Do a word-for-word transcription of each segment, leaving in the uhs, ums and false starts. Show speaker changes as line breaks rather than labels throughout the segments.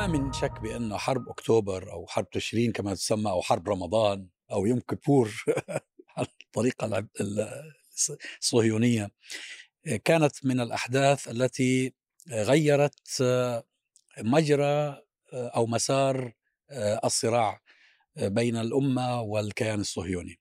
ما من شك بأن حرب أكتوبر أو حرب تشرين كما تسمى أو حرب رمضان أو يوم كيبور على الطريقة الع- ال- الصهيونية كانت من الأحداث التي غيرت مجرى أو مسار الصراع بين الأمة والكيان الصهيوني.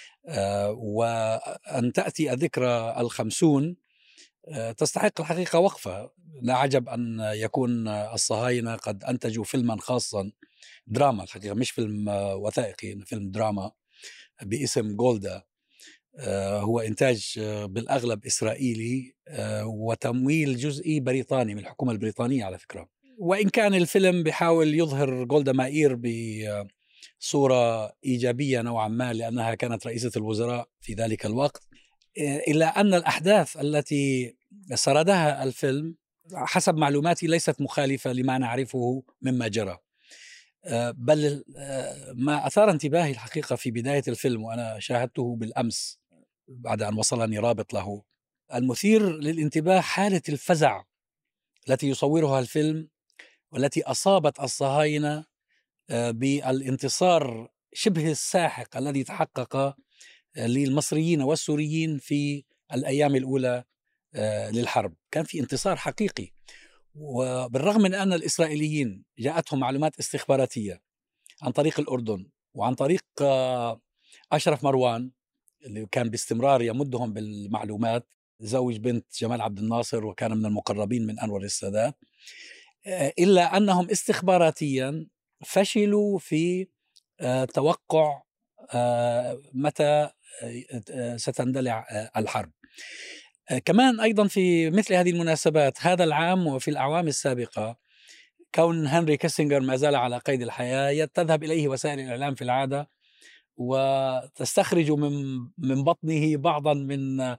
وأن تأتي الذكرى الخمسون تستحق الحقيقة وقفة. لا عجب أن يكون الصهاينة قد أنتجوا فيلما خاصا، دراما الحقيقة مش فيلم وثائقي، فيلم دراما باسم جولدا. هو إنتاج بالأغلب إسرائيلي وتمويل جزئي بريطاني من الحكومة البريطانية على فكرة. وإن كان الفيلم بيحاول يظهر جولدا مائير بصورة إيجابية نوعا ما لأنها كانت رئيسة الوزراء في ذلك الوقت، إلا أن الأحداث التي سردها الفيلم حسب معلوماتي ليست مخالفة لما نعرفه مما جرى. بل ما أثار انتباهي الحقيقة في بداية الفيلم وأنا شاهدته بالأمس بعد أن وصلني رابط له، المثير للانتباه حالة الفزع التي يصورها الفيلم والتي أصابت الصهاينة بالانتصار شبه الساحق الذي تحقق للمصريين والسوريين في الأيام الأولى للحرب. كان في انتصار حقيقي، وبالرغم من أن الإسرائيليين جاءتهم معلومات استخباراتية عن طريق الأردن وعن طريق أشرف مروان اللي كان باستمرار يمدهم بالمعلومات، زوج بنت جمال عبد الناصر وكان من المقربين من أنور السادات، إلا أنهم استخباراتيا فشلوا في توقع متى ستندلع الحرب. كمان أيضا في مثل هذه المناسبات هذا العام وفي الأعوام السابقة، كون هنري كيسنجر ما زال على قيد الحياة تذهب إليه وسائل الإعلام في العادة وتستخرج من من بطنه بعضا من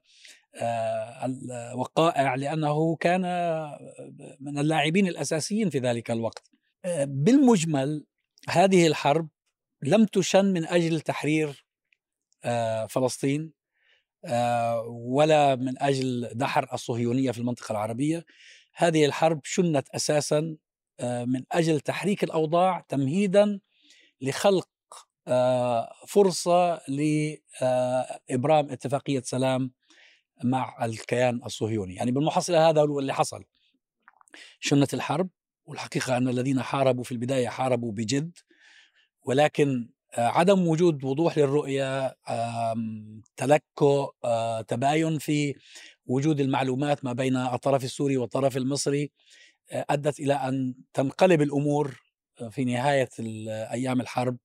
الوقائع لأنه كان من اللاعبين الأساسيين في ذلك الوقت. بالمجمل هذه الحرب لم تشن من أجل تحرير فلسطين ولا من أجل دحر الصهيونية في المنطقة العربية. هذه الحرب شنت أساسا من أجل تحريك الأوضاع تمهيدا لخلق فرصة لإبرام اتفاقية سلام مع الكيان الصهيوني. يعني بالمحصلة هذا هو اللي حصل، شنت الحرب، والحقيقة أن الذين حاربوا في البداية حاربوا بجد، ولكن عدم وجود وضوح للرؤية، تلكؤ، تباين في وجود المعلومات ما بين الطرف السوري والطرف المصري أدت إلى أن تنقلب الأمور في نهاية أيام الحرب.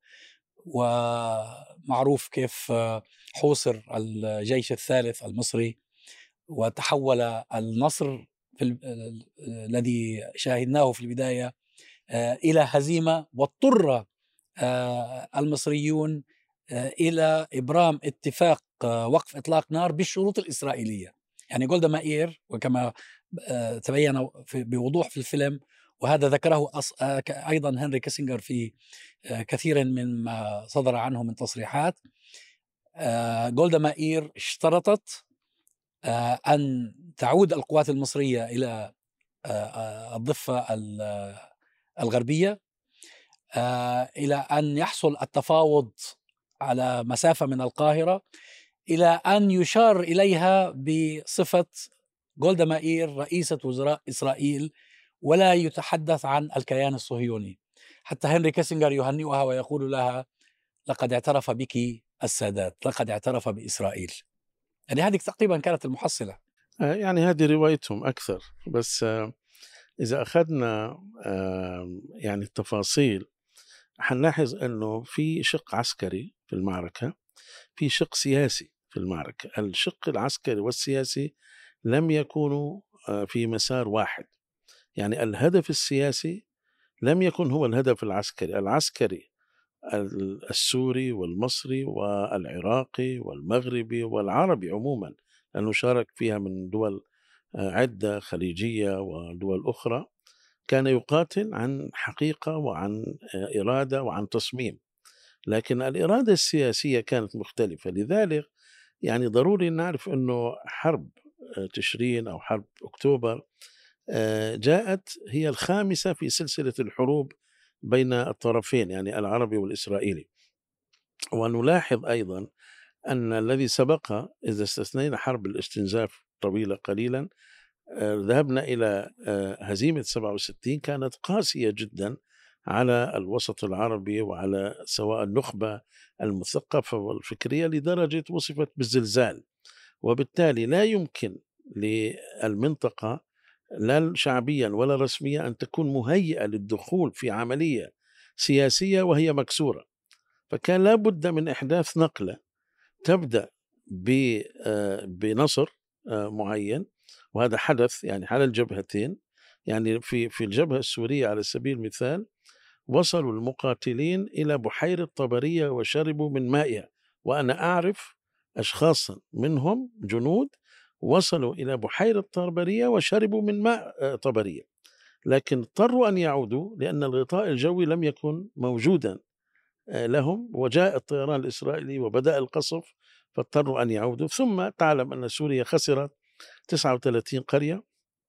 ومعروف كيف حوصر الجيش الثالث المصري وتحول النصر في الذي شاهدناه في البداية إلى هزيمة، واضطر المصريون إلى إبرام اتفاق وقف إطلاق نار بالشروط الإسرائيلية. يعني جولدا مائير وكما تبين بوضوح في الفيلم، وهذا ذكره أيضا هنري كيسنجر في كثير من ما صدر عنه من تصريحات، جولدا مائير اشترطت أن تعود القوات المصرية إلى الضفة الغربية، إلى أن يحصل التفاوض على مسافة من القاهرة، إلى أن يشار إليها بصفة جولدا مائير رئيسة وزراء إسرائيل ولا يتحدث عن الكيان الصهيوني. حتى هنري كيسنجر يهنئها ويقول لها لقد اعترف بك السادات، لقد اعترف بإسرائيل. يعني هذه تقريبا كانت المحصلة.
يعني هذه روايتهم أكثر، بس إذا أخذنا يعني التفاصيل حنلاحظ أنه في شق عسكري في المعركة، في شق سياسي في المعركة. الشق العسكري والسياسي لم يكونوا في مسار واحد. يعني الهدف السياسي لم يكن هو الهدف العسكري. العسكري السوري والمصري والعراقي والمغربي والعربي عموما، لأنه شارك فيها من دول عدة خليجية ودول أخرى، كان يقاتل عن حقيقة وعن إرادة وعن تصميم. لكن الإرادة السياسية كانت مختلفة. لذلك يعني ضروري نعرف أنه حرب تشرين أو حرب أكتوبر جاءت هي الخامسة في سلسلة الحروب بين الطرفين، يعني العربي والإسرائيلي. ونلاحظ أيضا أن الذي سبقها، إذا استثنينا حرب الاستنزاف طويلة قليلا، ذهبنا إلى هزيمة سبعة وستين، كانت قاسية جدا على الوسط العربي وعلى سواء النخبة المثقفة والفكرية، لدرجة وصفت بالزلزال. وبالتالي لا يمكن للمنطقة لا شعبيا ولا رسميا أن تكون مهيئة للدخول في عملية سياسية وهي مكسورة. فكان لا بد من إحداث نقلة تبدأ بنصر معين، وهذا حدث يعني على الجبهتين. يعني في في الجبهة السورية على سبيل المثال وصلوا المقاتلين إلى بحيرة طبرية وشربوا من مائها، وأنا أعرف أشخاصا منهم جنود وصلوا إلى بحيرة طبرية وشربوا من ماء طبرية، لكن اضطروا أن يعودوا لأن الغطاء الجوي لم يكن موجودا لهم، وجاء الطيران الإسرائيلي وبدأ القصف فاضطروا أن يعودوا. ثم تعلم أن سوريا خسرت تسعة وثلاثين قرية،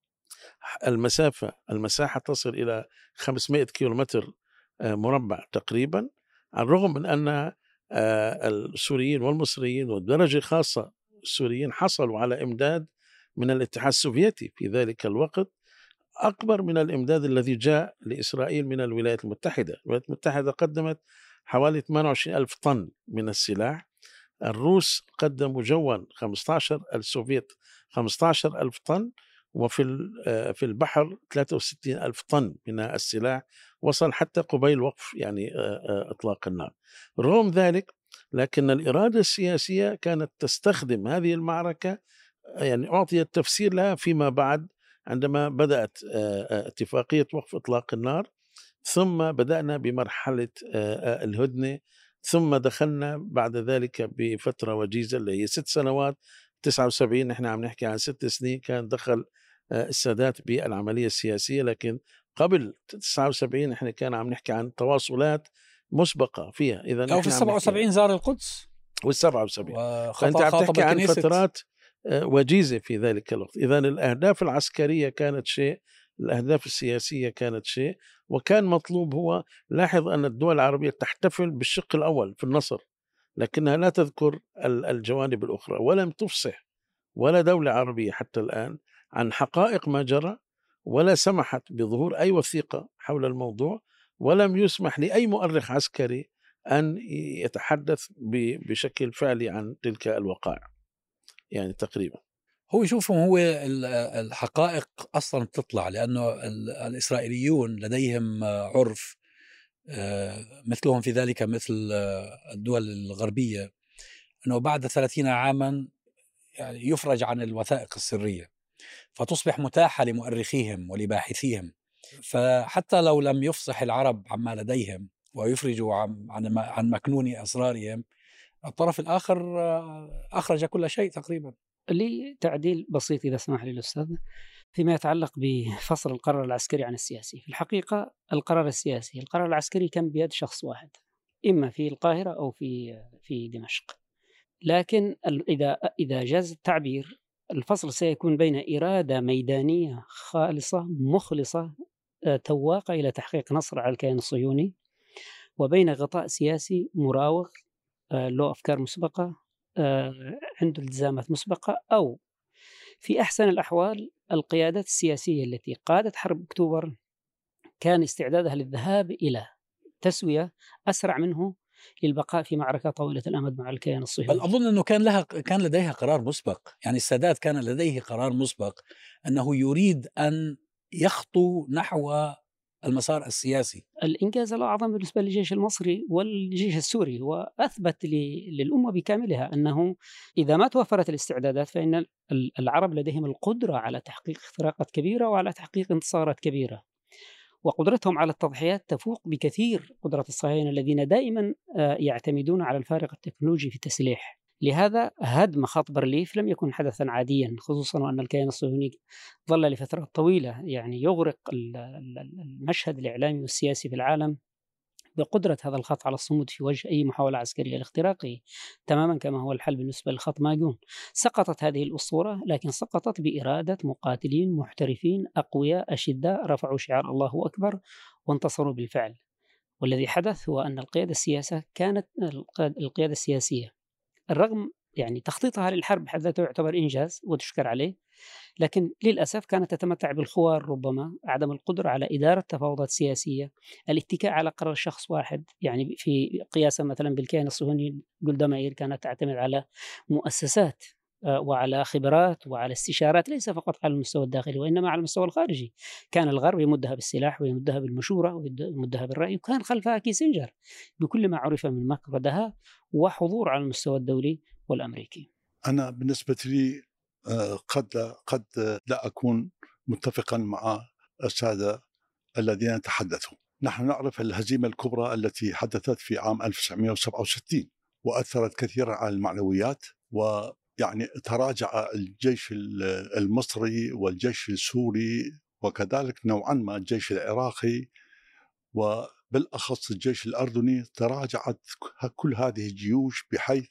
المسافة المساحة تصل إلى خمسمائة كيلومتر مربع تقريبا، على الرغم من أن السوريين والمصريين والدرجة خاصة السوريين حصلوا على إمداد من الاتحاد السوفيتي في ذلك الوقت أكبر من الإمداد الذي جاء لإسرائيل من الولايات المتحدة. الولايات المتحدة قدمت حوالي ثمانية وعشرين ألف طن من السلاح، الروس قدموا جوا خمسة عشر، السوفيت خمسة عشر ألف طن، وفي في البحر ثلاثة وستين ألف طن من السلاح، وصل حتى قبيل وقف يعني إطلاق النار. رغم ذلك لكن الإرادة السياسية كانت تستخدم هذه المعركة، يعني أعطي التفسير لها فيما بعد عندما بدأت اتفاقية وقف إطلاق النار، ثم بدأنا بمرحلة الهدنة، ثم دخلنا بعد ذلك بفترة وجيزة اللي هي ست سنوات. تسعة وسبعين نحن عم نحكي عن ست سنين كان دخل السادات بالعملية السياسية، لكن قبل تسعة وسبعين نحن كان عم نحكي عن تواصلات مسبقة فيها. إذا
أو في السبعة وسبعين زار القدس
والسبعة وسبعين، فأنت عم تحكي عن فترات وجيزة في ذلك الوقت. إذا الأهداف العسكرية كانت شيء، الأهداف السياسية كانت شيء، وكان مطلوب هو، لاحظ أن الدول العربية تحتفل بالشق الأول في النصر، لكنها لا تذكر الجوانب الأخرى، ولم تفصح ولا دولة عربية حتى الآن عن حقائق ما جرى، ولا سمحت بظهور أي وثيقة حول الموضوع، ولم يسمح لأي مؤرخ عسكري أن يتحدث بشكل فعلي عن تلك الوقائع. يعني تقريبا
هو يشوفهم هو الحقائق أصلا بتطلع، لأنه الإسرائيليون لديهم عرف مثلهم في ذلك مثل الدول الغربية، أنه بعد ثلاثين عاما يعني يفرج عن الوثائق السرية فتصبح متاحة لمؤرخيهم ولباحثيهم. فحتى لو لم يفصح العرب عما لديهم ويفرجوا عن عن مكنون أسرارهم، الطرف الآخر أخرج كل شيء تقريبا.
لي تعديل بسيط إذا سمح لي الأستاذ فيما يتعلق بفصل القرار العسكري عن السياسي. في الحقيقة القرار السياسي، القرار العسكري كان بيد شخص واحد، إما في القاهرة أو في في دمشق. لكن إذا إذا جاز التعبير، الفصل سيكون بين إرادة ميدانية خالصة مخلصة تواقة إلى تحقيق نصر على الكيان الصهيوني، وبين غطاء سياسي مراوغ له أفكار مسبقة، عنده التزامات مسبقة، أو في أحسن الأحوال القيادات السياسية التي قادت حرب أكتوبر كان استعدادها للذهاب إلى تسوية أسرع منه للبقاء في معركة طويلة الأمد مع الكيان الصهيوني.
بل أظن أنه كان لها كان لديها قرار مسبق، يعني السادات كان لديه قرار مسبق أنه يريد أن يخطو نحو المسار السياسي.
الإنجاز الأعظم بالنسبة للجيش المصري والجيش السوري هو أثبت للأمة بكاملها أنه إذا ما توفرت الاستعدادات فإن العرب لديهم القدرة على تحقيق اختراقات كبيرة وعلى تحقيق انتصارات كبيرة، وقدرتهم على التضحيات تفوق بكثير قدرة الصهاينة الذين دائما يعتمدون على الفارق التكنولوجي في التسليح. لهذا هدم خط بارليف لم يكن حدثا عاديا، خصوصا وأن الكيان الصهيوني ظل لفترات طويلة يعني يغرق المشهد الإعلامي والسياسي في العالم بقدرة هذا الخط على الصمود في وجه أي محاولة عسكرية لاختراقه، تماما كما هو الحال بالنسبة لخط ماجون. سقطت هذه الأسطورة، لكن سقطت بإرادة مقاتلين محترفين أقوياء أشداء رفعوا شعار الله أكبر وانتصروا بالفعل. والذي حدث هو أن القيادة السياسة كانت القيادة السياسية الرغم يعني تخطيطها للحرب بحد ذاته يعتبر إنجاز وتشكر عليه، لكن للأسف كانت تتمتع بالخوار، ربما عدم القدرة على إدارة تفاوضات سياسية، الاتكاء على قرار شخص واحد. يعني في قياسا مثلا بالكيان الصهيوني جولدا مائير كانت تعتمد على مؤسسات وعلى خبرات وعلى استشارات، ليس فقط على المستوى الداخلي وإنما على المستوى الخارجي. كان الغرب يمدها بالسلاح ويمدها بالمشورة ويمدها بالرأي، وكان خلفها كيسنجر بكل ما عرف من مكر ودهاء وحضور على المستوى الدولي والأمريكي.
أنا بالنسبة لي قد قد لا أكون متفقا مع السادة الذين تحدثوا. نحن نعرف الهزيمة الكبرى التي حدثت في عام ألف وتسعمائة وسبعة وستين وأثرت كثيرا على المعنويات، ويعني تراجع الجيش المصري والجيش السوري وكذلك نوعا ما الجيش العراقي وبالأخص الجيش الأردني. تراجعت كل هذه الجيوش بحيث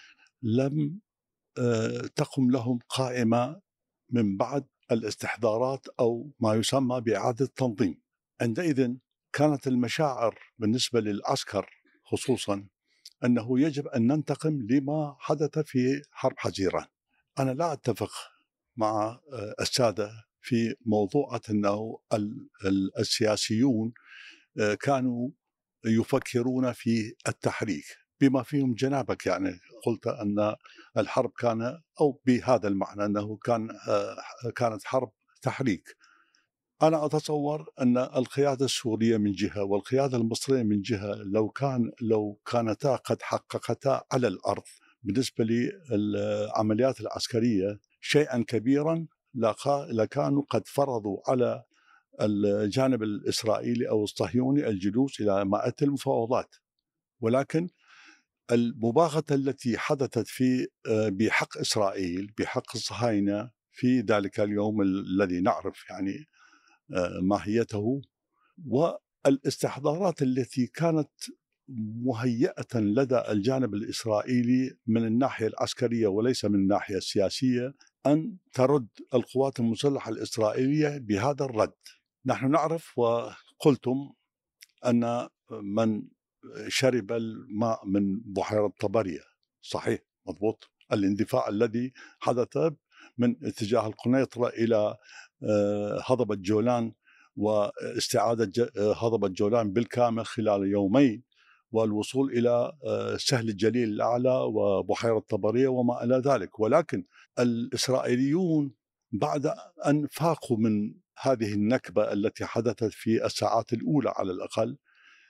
لم تقم لهم قائمة من بعد الاستحضارات أو ما يسمى بإعادة تنظيم. عندئذ كانت المشاعر بالنسبة للعسكر خصوصا أنه يجب أن ننتقم لما حدث في حرب حزيران. أنا لا أتفق مع السادة في موضوع أنه السياسيون كانوا يفكرون في التحريك بما فيهم جنابك. يعني قلت أن الحرب كان أو بهذا المعنى أنه كان كانت حرب تحريك. أنا أتصور أن القيادة السورية من جهة والقيادة المصرية من جهة لو كان لو كانتا قد حققتا على الأرض بالنسبة للعمليات العسكرية شيئا كبيرا لكانوا قد فرضوا على الجانب الإسرائيلي أو الصهيوني الجلوس إلى مائدة المفاوضات. ولكن المباغتة التي حدثت في بحق إسرائيل بحق الصهاينة في ذلك اليوم الذي نعرف يعني ماهيته، والاستحضارات التي كانت مهيئة لدى الجانب الإسرائيلي من الناحية العسكرية وليس من الناحية السياسية أن ترد القوات المسلحة الإسرائيلية بهذا الرد. نحن نعرف وقلتم أن من شرب الماء من بحيرة طبرية، صحيح مضبوط، الاندفاع الذي حدث من اتجاه القنيطرة إلى هضبة جولان واستعادة هضبة جولان بالكامل خلال يومين والوصول إلى سهل الجليل الأعلى وبحيرة طبرية وما إلى ذلك. ولكن الإسرائيليون بعد أن فاقوا من هذه النكبة التي حدثت في الساعات الأولى على الأقل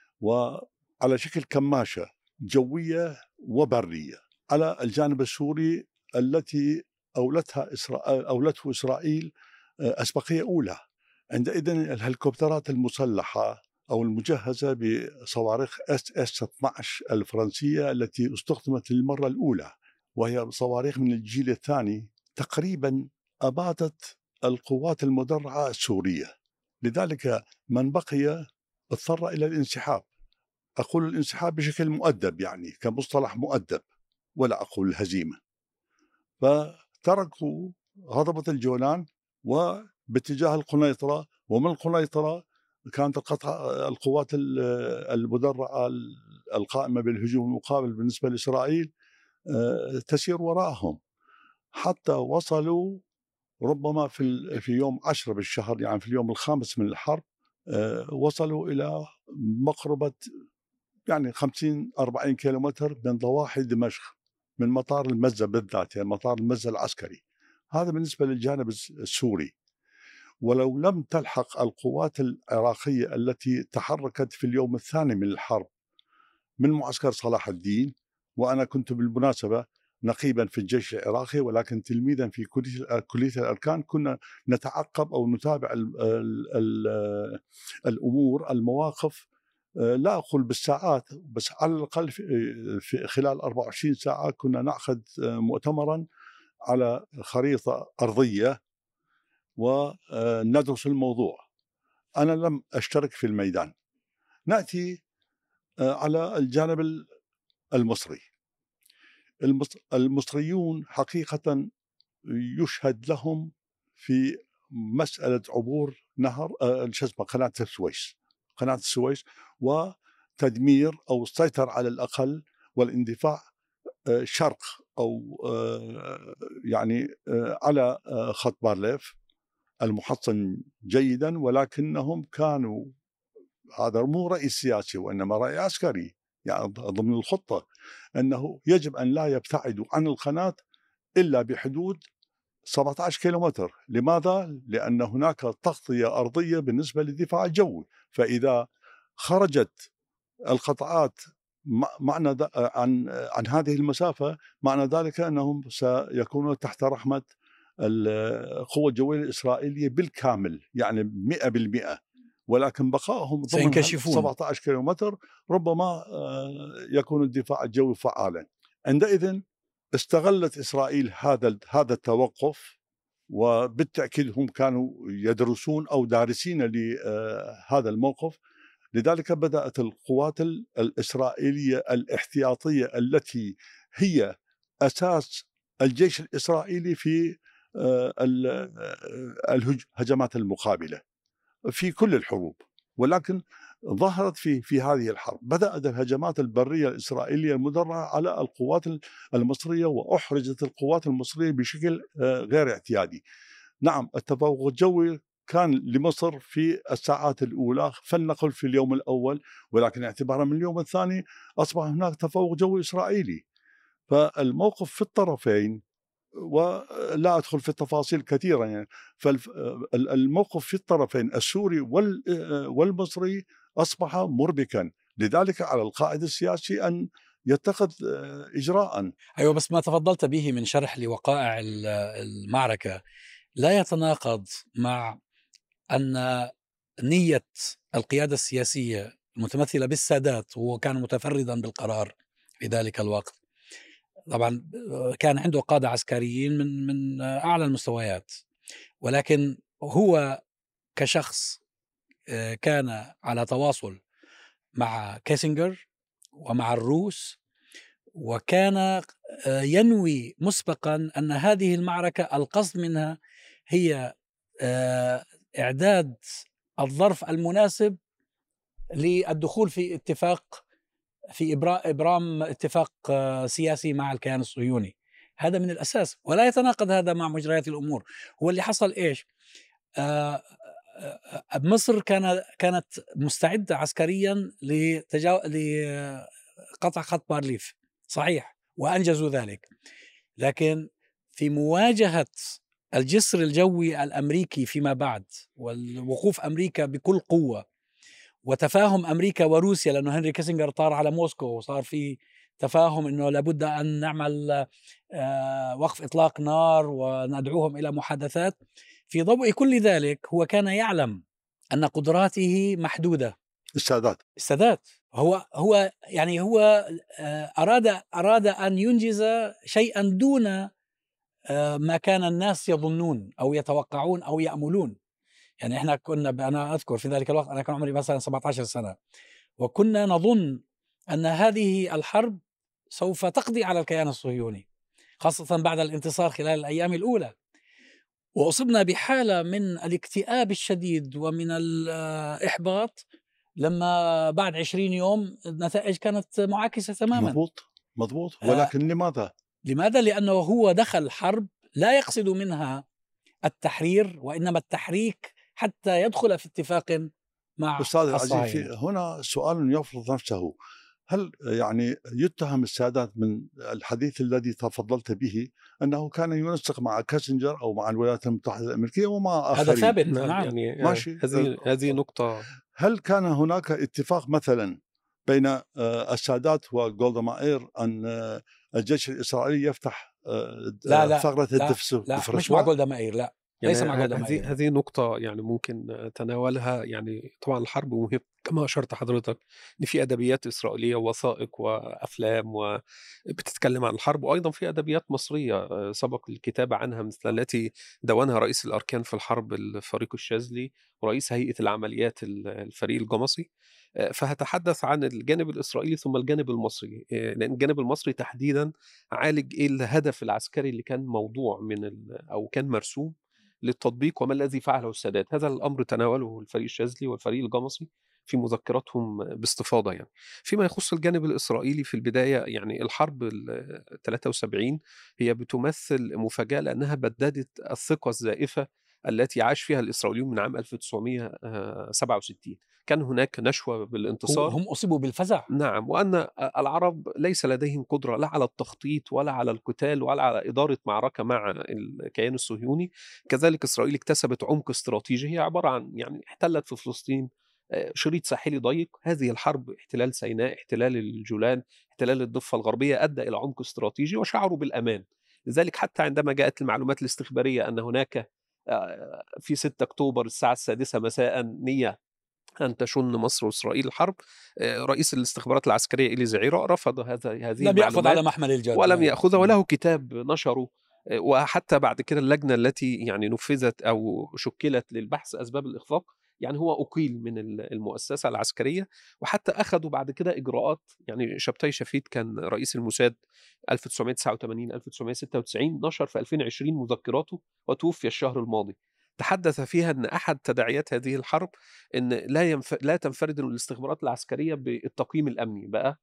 وعلى شكل كماشة جوية وبرية على الجانب السوري التي أولتها إسرائيل أولته إسرائيل أسبقية أولى. عندئذ الهليكوبترات المسلحة أو المجهزة بصواريخ اس اس اثني عشر الفرنسية التي استخدمت للمرة الأولى وهي صواريخ من الجيل الثاني تقريبا أبادت القوات المدرعة السورية. لذلك من بقي اضطر إلى الانسحاب. أقول الانسحاب بشكل مؤدب يعني كمصطلح مؤدب ولا أقول الهزيمة. فتركوا هضبة الجولان وباتجاه القنيطرة، ومن القنيطرة كانت القوات المدرعة القائمة بالهجوم المقابل بالنسبة لإسرائيل تسير وراءهم حتى وصلوا ربما في في يوم عشرة بالشهر يعني في اليوم الخامس من الحرب وصلوا إلى مقربة يعني خمسين أربعين كيلومتر من ضواحي دمشق من مطار المزة بالذات يعني مطار المزة العسكري. هذا بالنسبة للجانب السوري. ولو لم تلحق القوات العراقية التي تحركت في اليوم الثاني من الحرب من معسكر صلاح الدين، وأنا كنت بالمناسبة نقيبا في الجيش العراقي ولكن تلميذا في كلية الأركان، كنا نتعقب أو نتابع ال ال ال الأمور المواقف لا أقول بالساعات بس على الأقل في خلال أربعة وعشرين ساعة كنا نأخذ مؤتمرا على خريطة أرضية وندرس الموضوع. أنا لم أشترك في الميدان. نأتي على الجانب المصري. المصريون حقيقة يشهد لهم في مسألة عبور نهر شو اسمه قناة السويس قناة السويس وتدمير أو السيطرة على الأقل والاندفاع شرق أو يعني على خط بارليف المحصن جيدا، ولكنهم كانوا، هذا مو رأي سياسي وإنما رأي عسكري يعني ضمن الخطة، أنه يجب أن لا يبتعدوا عن القناة إلا بحدود سبعة عشر كيلومتر. لماذا؟ لأن هناك تغطية أرضية بالنسبة للدفاع الجوي، فإذا خرجت القطعات معنى عن عن هذه المسافة معنى ذلك أنهم سيكونون تحت رحمة القوة الجوية الإسرائيلية بالكامل، يعني مئة بالمئة، ولكن بقائهم ضمن سبعة عشر كيلومتر ربما يكون الدفاع الجوي فعالا. عندئذ استغلت إسرائيل هذا هذا التوقف، وبالتأكيد هم كانوا يدرسون أو دارسين لهذا الموقف. لذلك بدأت القوات الإسرائيلية الاحتياطية التي هي أساس الجيش الإسرائيلي في الهجمات المقابلة في كل الحروب، ولكن ظهرت في في هذه الحرب. بدأت الهجمات البرية الإسرائيلية المدرعة على القوات المصرية، وأحرجت القوات المصرية بشكل غير اعتيادي. نعم، التفوق الجوي كان لمصر في الساعات الأولى، فلنقل في اليوم الأول، ولكن اعتبارا من اليوم الثاني أصبح هناك تفوق جوي إسرائيلي. فالموقف في الطرفين، ولا أدخل في التفاصيل كثيرا يعني، فالموقف في الطرفين السوري والمصري أصبح مربكا. لذلك على القائد السياسي أن يتخذ إجراء.
أيوة، بس ما تفضلت به من شرح لوقائع المعركة لا يتناقض مع أن نية القيادة السياسية المتمثلة بالسادات، وهو كان متفردا بالقرار في ذلك الوقت، طبعا كان عنده قادة عسكريين من من أعلى المستويات، ولكن هو كشخص كان على تواصل مع كيسنجر ومع الروس، وكان ينوي مسبقا أن هذه المعركة القصد منها هي إعداد الظرف المناسب للدخول في اتفاق في إبرام اتفاق سياسي مع الكيان الصهيوني. هذا من الأساس، ولا يتناقض هذا مع مجريات الأمور. هو اللي حصل إيش؟ آه مصر كان كانت مستعدة عسكريا لتجاو... لقطع خط بارليف، صحيح، وأنجزوا ذلك، لكن في مواجهة الجسر الجوي الأمريكي فيما بعد، والوقوف أمريكا بكل قوة، وتفاهم أمريكا وروسيا، لأنه هنري كيسنجر طار على موسكو وصار في تفاهم أنه لابد أن نعمل وقف إطلاق نار وندعوهم إلى محادثات. في ضوء كل ذلك هو كان يعلم أن قدراته محدودة.
السادات
السادات هو هو يعني هو أراد أراد أن ينجز شيئا دون ما كان الناس يظنون أو يتوقعون أو يأملون. يعني إحنا كنا، أنا أذكر في ذلك الوقت أنا كان عمري مثلا سبعة عشر سنة، وكنا نظن أن هذه الحرب سوف تقضي على الكيان الصهيوني، خاصة بعد الانتصار خلال الأيام الأولى، وأصبنا بحالة من الاكتئاب الشديد ومن الإحباط لما بعد عشرين يوم النتائج كانت معاكسة تماما.
مضبوط مضبوط ولكن آه لماذا؟
لماذا؟ لأنه هو دخل حرب لا يقصد منها التحرير، وإنما التحريك حتى يدخل في اتفاق مع
أستاذ العزيز. هنا سؤال يفرض نفسه، هل يعني يتهم السادات من الحديث الذي تفضلت به أنه كان ينسق مع كيسنجر أو مع الولايات المتحدة الأمريكية ومع آخرين؟
هذا ثابت.
نعم. يعني ماشي. هذه هذه نقطة.
هل كان هناك اتفاق مثلا بين السادات وجولدا مائير أن الجيش الإسرائيلي يفتح
لا لا
ثغرة
لا
الدفرسوة؟
لا مش مع جولدا مائير، لا
يعني
ليس مع جولدا
هذه
مائير.
هذه نقطة يعني ممكن تناولها. يعني طبعا الحرب مهم كما أشرت حضرتك إن في أدبيات إسرائيلية ووثائق وأفلام وبتتكلم عن الحرب، وأيضا في أدبيات مصرية سبق الكتابة عنها، مثل التي دونها رئيس الأركان في الحرب الفريق الشاذلي ورئيس هيئة العمليات الفريق الجمصي. فهتحدث عن الجانب الإسرائيلي ثم الجانب المصري، لأن الجانب المصري تحديدا عالج إيه الهدف العسكري اللي كان موضوع من أو كان مرسوم للتطبيق وما الذي فعله السادات. هذا الأمر تناوله الفريق الشاذلي والفريق الجمصي في مذكراتهم باستفاضة. يعني فيما يخص الجانب الإسرائيلي في البداية، يعني الحرب ال ثلاثة وسبعين هي بتمثل مفاجأة لأنها بددت الثقة الزائفة التي عاش فيها الإسرائيليون من عام ألف وتسعمائة وسبعة وستين. كان هناك نشوة بالانتصار،
هم أصيبوا بالفزع.
نعم، وأن العرب ليس لديهم قدرة لا على التخطيط ولا على القتال ولا على إدارة معركة مع الكيان الصهيوني. كذلك إسرائيل اكتسبت عمق استراتيجي، هي عبارة عن يعني احتلت في فلسطين شريط ساحلي ضيق. هذه الحرب، احتلال سيناء، احتلال الجولان، احتلال الضفة الغربية، أدى إلى عمق استراتيجي وشعروا بالأمان. لذلك حتى عندما جاءت المعلومات الاستخبارية أن هناك في ستة أكتوبر الساعة السادسة مساء نية أن تشن مصر وإسرائيل الحرب، رئيس الاستخبارات العسكرية إلي زعيرة رفض هذا هذه
لم يأخذ على محمل الجد،
ولم يأخذها، وله كتاب نشره. وحتى بعد كده اللجنة التي يعني نفذت أو شكلت للبحث أسباب الإخفاق، يعني هو أقيل من المؤسسة العسكرية. وحتى أخذوا بعد كده إجراءات. يعني شبتاي شفيت كان رئيس الموساد ألف وتسعمائة وتسعة وثمانين ألف وتسعمائة وستة وتسعين، نشر في ألفين وعشرين مذكراته وتوفي الشهر الماضي. تحدث فيها أن أحد تداعيات هذه الحرب أن لا ينف... لا تنفرد الاستخبارات العسكرية بالتقييم الأمني. بقى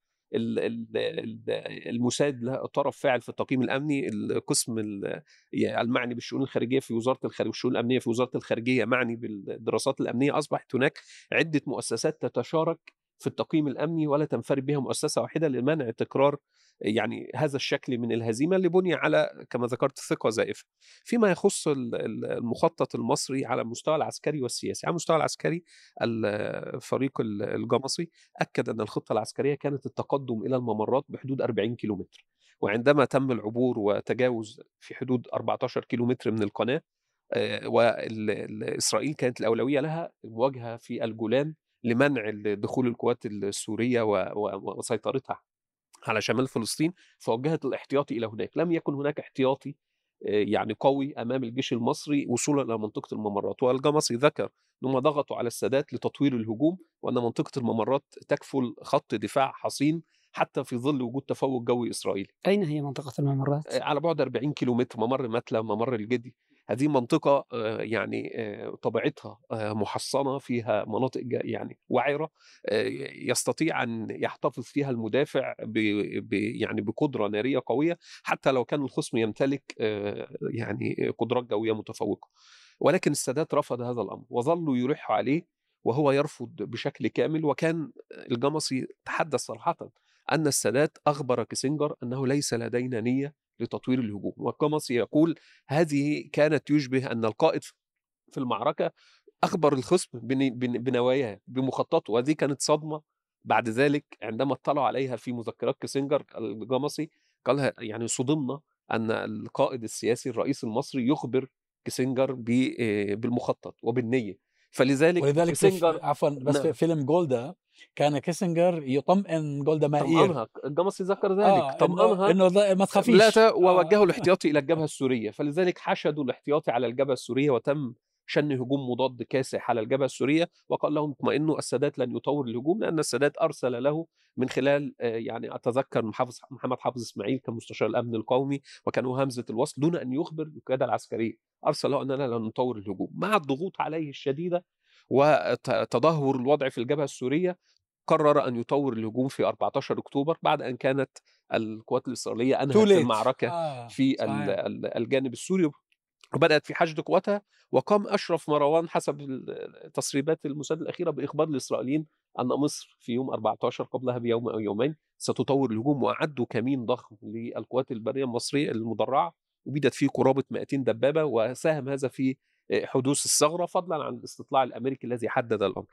الموساد له طرف فاعل في التقييم الأمني، القسم المعني بالشؤون الخارجية في وزارة الخارجية والشؤون الأمنية في وزارة الخارجية معني بالدراسات الأمنية. أصبحت هناك عدة مؤسسات تتشارك في التقييم الأمني ولا تنفرد بها مؤسسة واحدة لمنع تكرار يعني هذا الشكل من الهزيمة اللي بني على كما ذكرت ثقة زائفة. فيما يخص المخطط المصري على المستوى العسكري والسياسي، على المستوى العسكري الفريق الجمصي أكد أن الخطة العسكرية كانت التقدم إلى الممرات بحدود أربعين كيلومتر، وعندما تم العبور وتجاوز في حدود أربعة عشر كيلومتر من القناة، وإسرائيل كانت الأولوية لها المواجهة في الجولان لمنع دخول القوات السورية وسيطرتها على شمال فلسطين، فوجهت الاحتياطي إلى هناك. لم يكن هناك احتياطي يعني قوي أمام الجيش المصري وصولا إلى منطقة الممرات. والجمصي ذكر أنهم ضغطوا على السادات لتطوير الهجوم، وأن منطقة الممرات تكفل خط دفاع حصين حتى في ظل وجود تفوق جوي إسرائيلي.
أين هي منطقة الممرات؟
على بعد أربعين كيلومتر، ممر متلة، ممر الجدي. هذه منطقة يعني طبيعتها محصنة، فيها مناطق يعني وعرة يستطيع أن يحتفظ فيها المدافع ب يعني بقدرة نارية قوية حتى لو كان الخصم يمتلك يعني قدرات جوية متفوقة. ولكن السادات رفض هذا الأمر وظلوا يلحوا عليه وهو يرفض بشكل كامل. وكان الجمصي تحدث صراحة أن السادات أخبر كيسنجر أنه ليس لدينا نية لتطوير الهجوم. والجمصي يقول هذه كانت يشبه أن القائد في المعركة أخبر الخصم بنواياه بمخططه، وهذه كانت صدمة بعد ذلك عندما اطلعوا عليها في مذكرات كيسنجر. الجمصي قالها يعني صدمنا أن القائد السياسي الرئيس المصري يخبر كيسنجر بالمخطط وبالنية. فلذلك
ولذلك
كيسنجر
عفوا بس
نعم.
في فيلم جولدا كان كيسنجر يطمئن جولدا مائير،
طمأنها. الجمصي ذكر ذلك
آه
طمأنها
إنه, إنه ما تخافيش،
لا ووجهوا
آه.
الاحتياطي إلى الجبهة السورية. فلذلك حشدوا الاحتياطي على الجبهة السورية وتم شن هجوم مضاد كاسح على الجبهة السورية. وقال لهم اطمئنوا، السادات لن يطور الهجوم، لأن السادات أرسل له من خلال يعني أتذكر محافظ محمد حافظ إسماعيل كمستشار الأمن القومي وكان هو همزة الوصل دون أن يخبر القيادة العسكرية، أرسل له أننا لن نطور الهجوم. مع الضغوط عليه الشديدة وتدهور الوضع في الجبهة السورية قرر أن يطور الهجوم في أربعة عشر أكتوبر بعد أن كانت القوات الإسرائيلية أنهت المعركة
آه.
في الجانب السوري وبدأت في حشد قواتها. وقام أشرف مروان حسب تسريبات الموساد الأخيرة بإخبار الإسرائيليين أن مصر في يوم أربعة عشر قبلها بيوم أو يومين ستطور الهجوم، وأعدوا كمين ضخم للقوات البرية المصرية المدرعة وبيدت فيه قرابة مئتين دبابة، وساهم هذا في حدوث الثغرة فضلا عن الاستطلاع الأمريكي الذي حدد الأمر.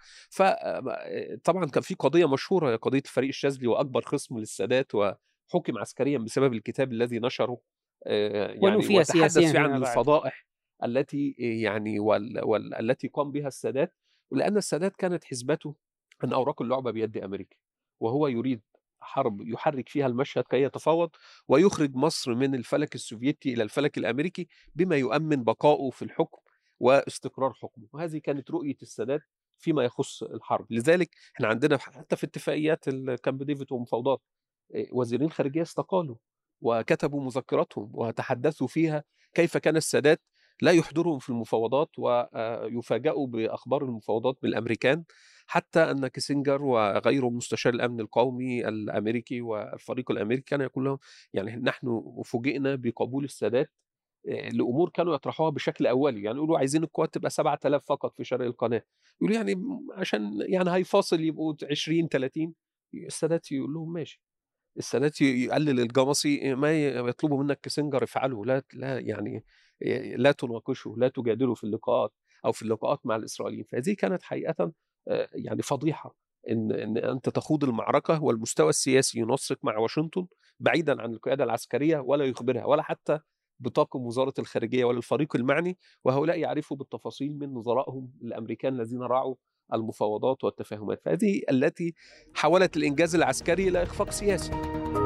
فطبعا كان في قضية مشهورة، قضية الفريق الشاذلي وأكبر خصم للسادات وحكم عسكريا بسبب الكتاب الذي نشره يعني وتحدث فيه عن الفضائح التي يعني وال وال التي قام بها السادات، ولأن السادات كانت حسبته أن أوراق اللعبة بيد أمريكا، وهو يريد حرب يحرك فيها المشهد كي يتفاوض ويخرج مصر من الفلك السوفيتي إلى الفلك الأمريكي بما يؤمن بقائه في الحكم واستقرار حكمه. وهذه كانت رؤية السادات فيما يخص الحرب. لذلك احنا عندنا حتى في اتفاقيات كامب ديفيد ومفاوضات وزيرين خارجية استقالوا وكتبوا مذكراتهم وتحدثوا فيها كيف كان السادات لا يحضرهم في المفاوضات ويفاجئوا بأخبار المفاوضات بالأمريكان، حتى أن كيسنجر وغيره مستشار الأمن القومي الأمريكي والفريق الأمريكي كان يقول لهم يعني نحن فوجئنا بقبول السادات لأمور كانوا يطرحوها بشكل أولي، يعني يقولوا عايزين القوات تبقى سبعة آلاف فقط في شرق القناة، يقولوا يعني عشان يعني هيفاصل يبقوا عشرين ثلاثين، السادات يقول لهم ماشي. السادات يقلل الجمصي ما يطلبوا منك كيسنجر افعله، لا لا يعني لا تناقشه، لا تجادله في اللقاءات او في اللقاءات مع الاسرائيليين. فهذه كانت حقيقه يعني فضيحه ان ان انت تخوض المعركه والمستوى السياسي ينسق مع واشنطن بعيدا عن القياده العسكريه ولا يخبرها ولا حتى بطاقم وزاره الخارجيه ولا الفريق المعني، وهؤلاء يعرفوا بالتفاصيل من نظرائهم الامريكان الذين راعوا المفاوضات والتفاهمات. فهذه التي حولت الإنجاز العسكري إلى إخفاق سياسي.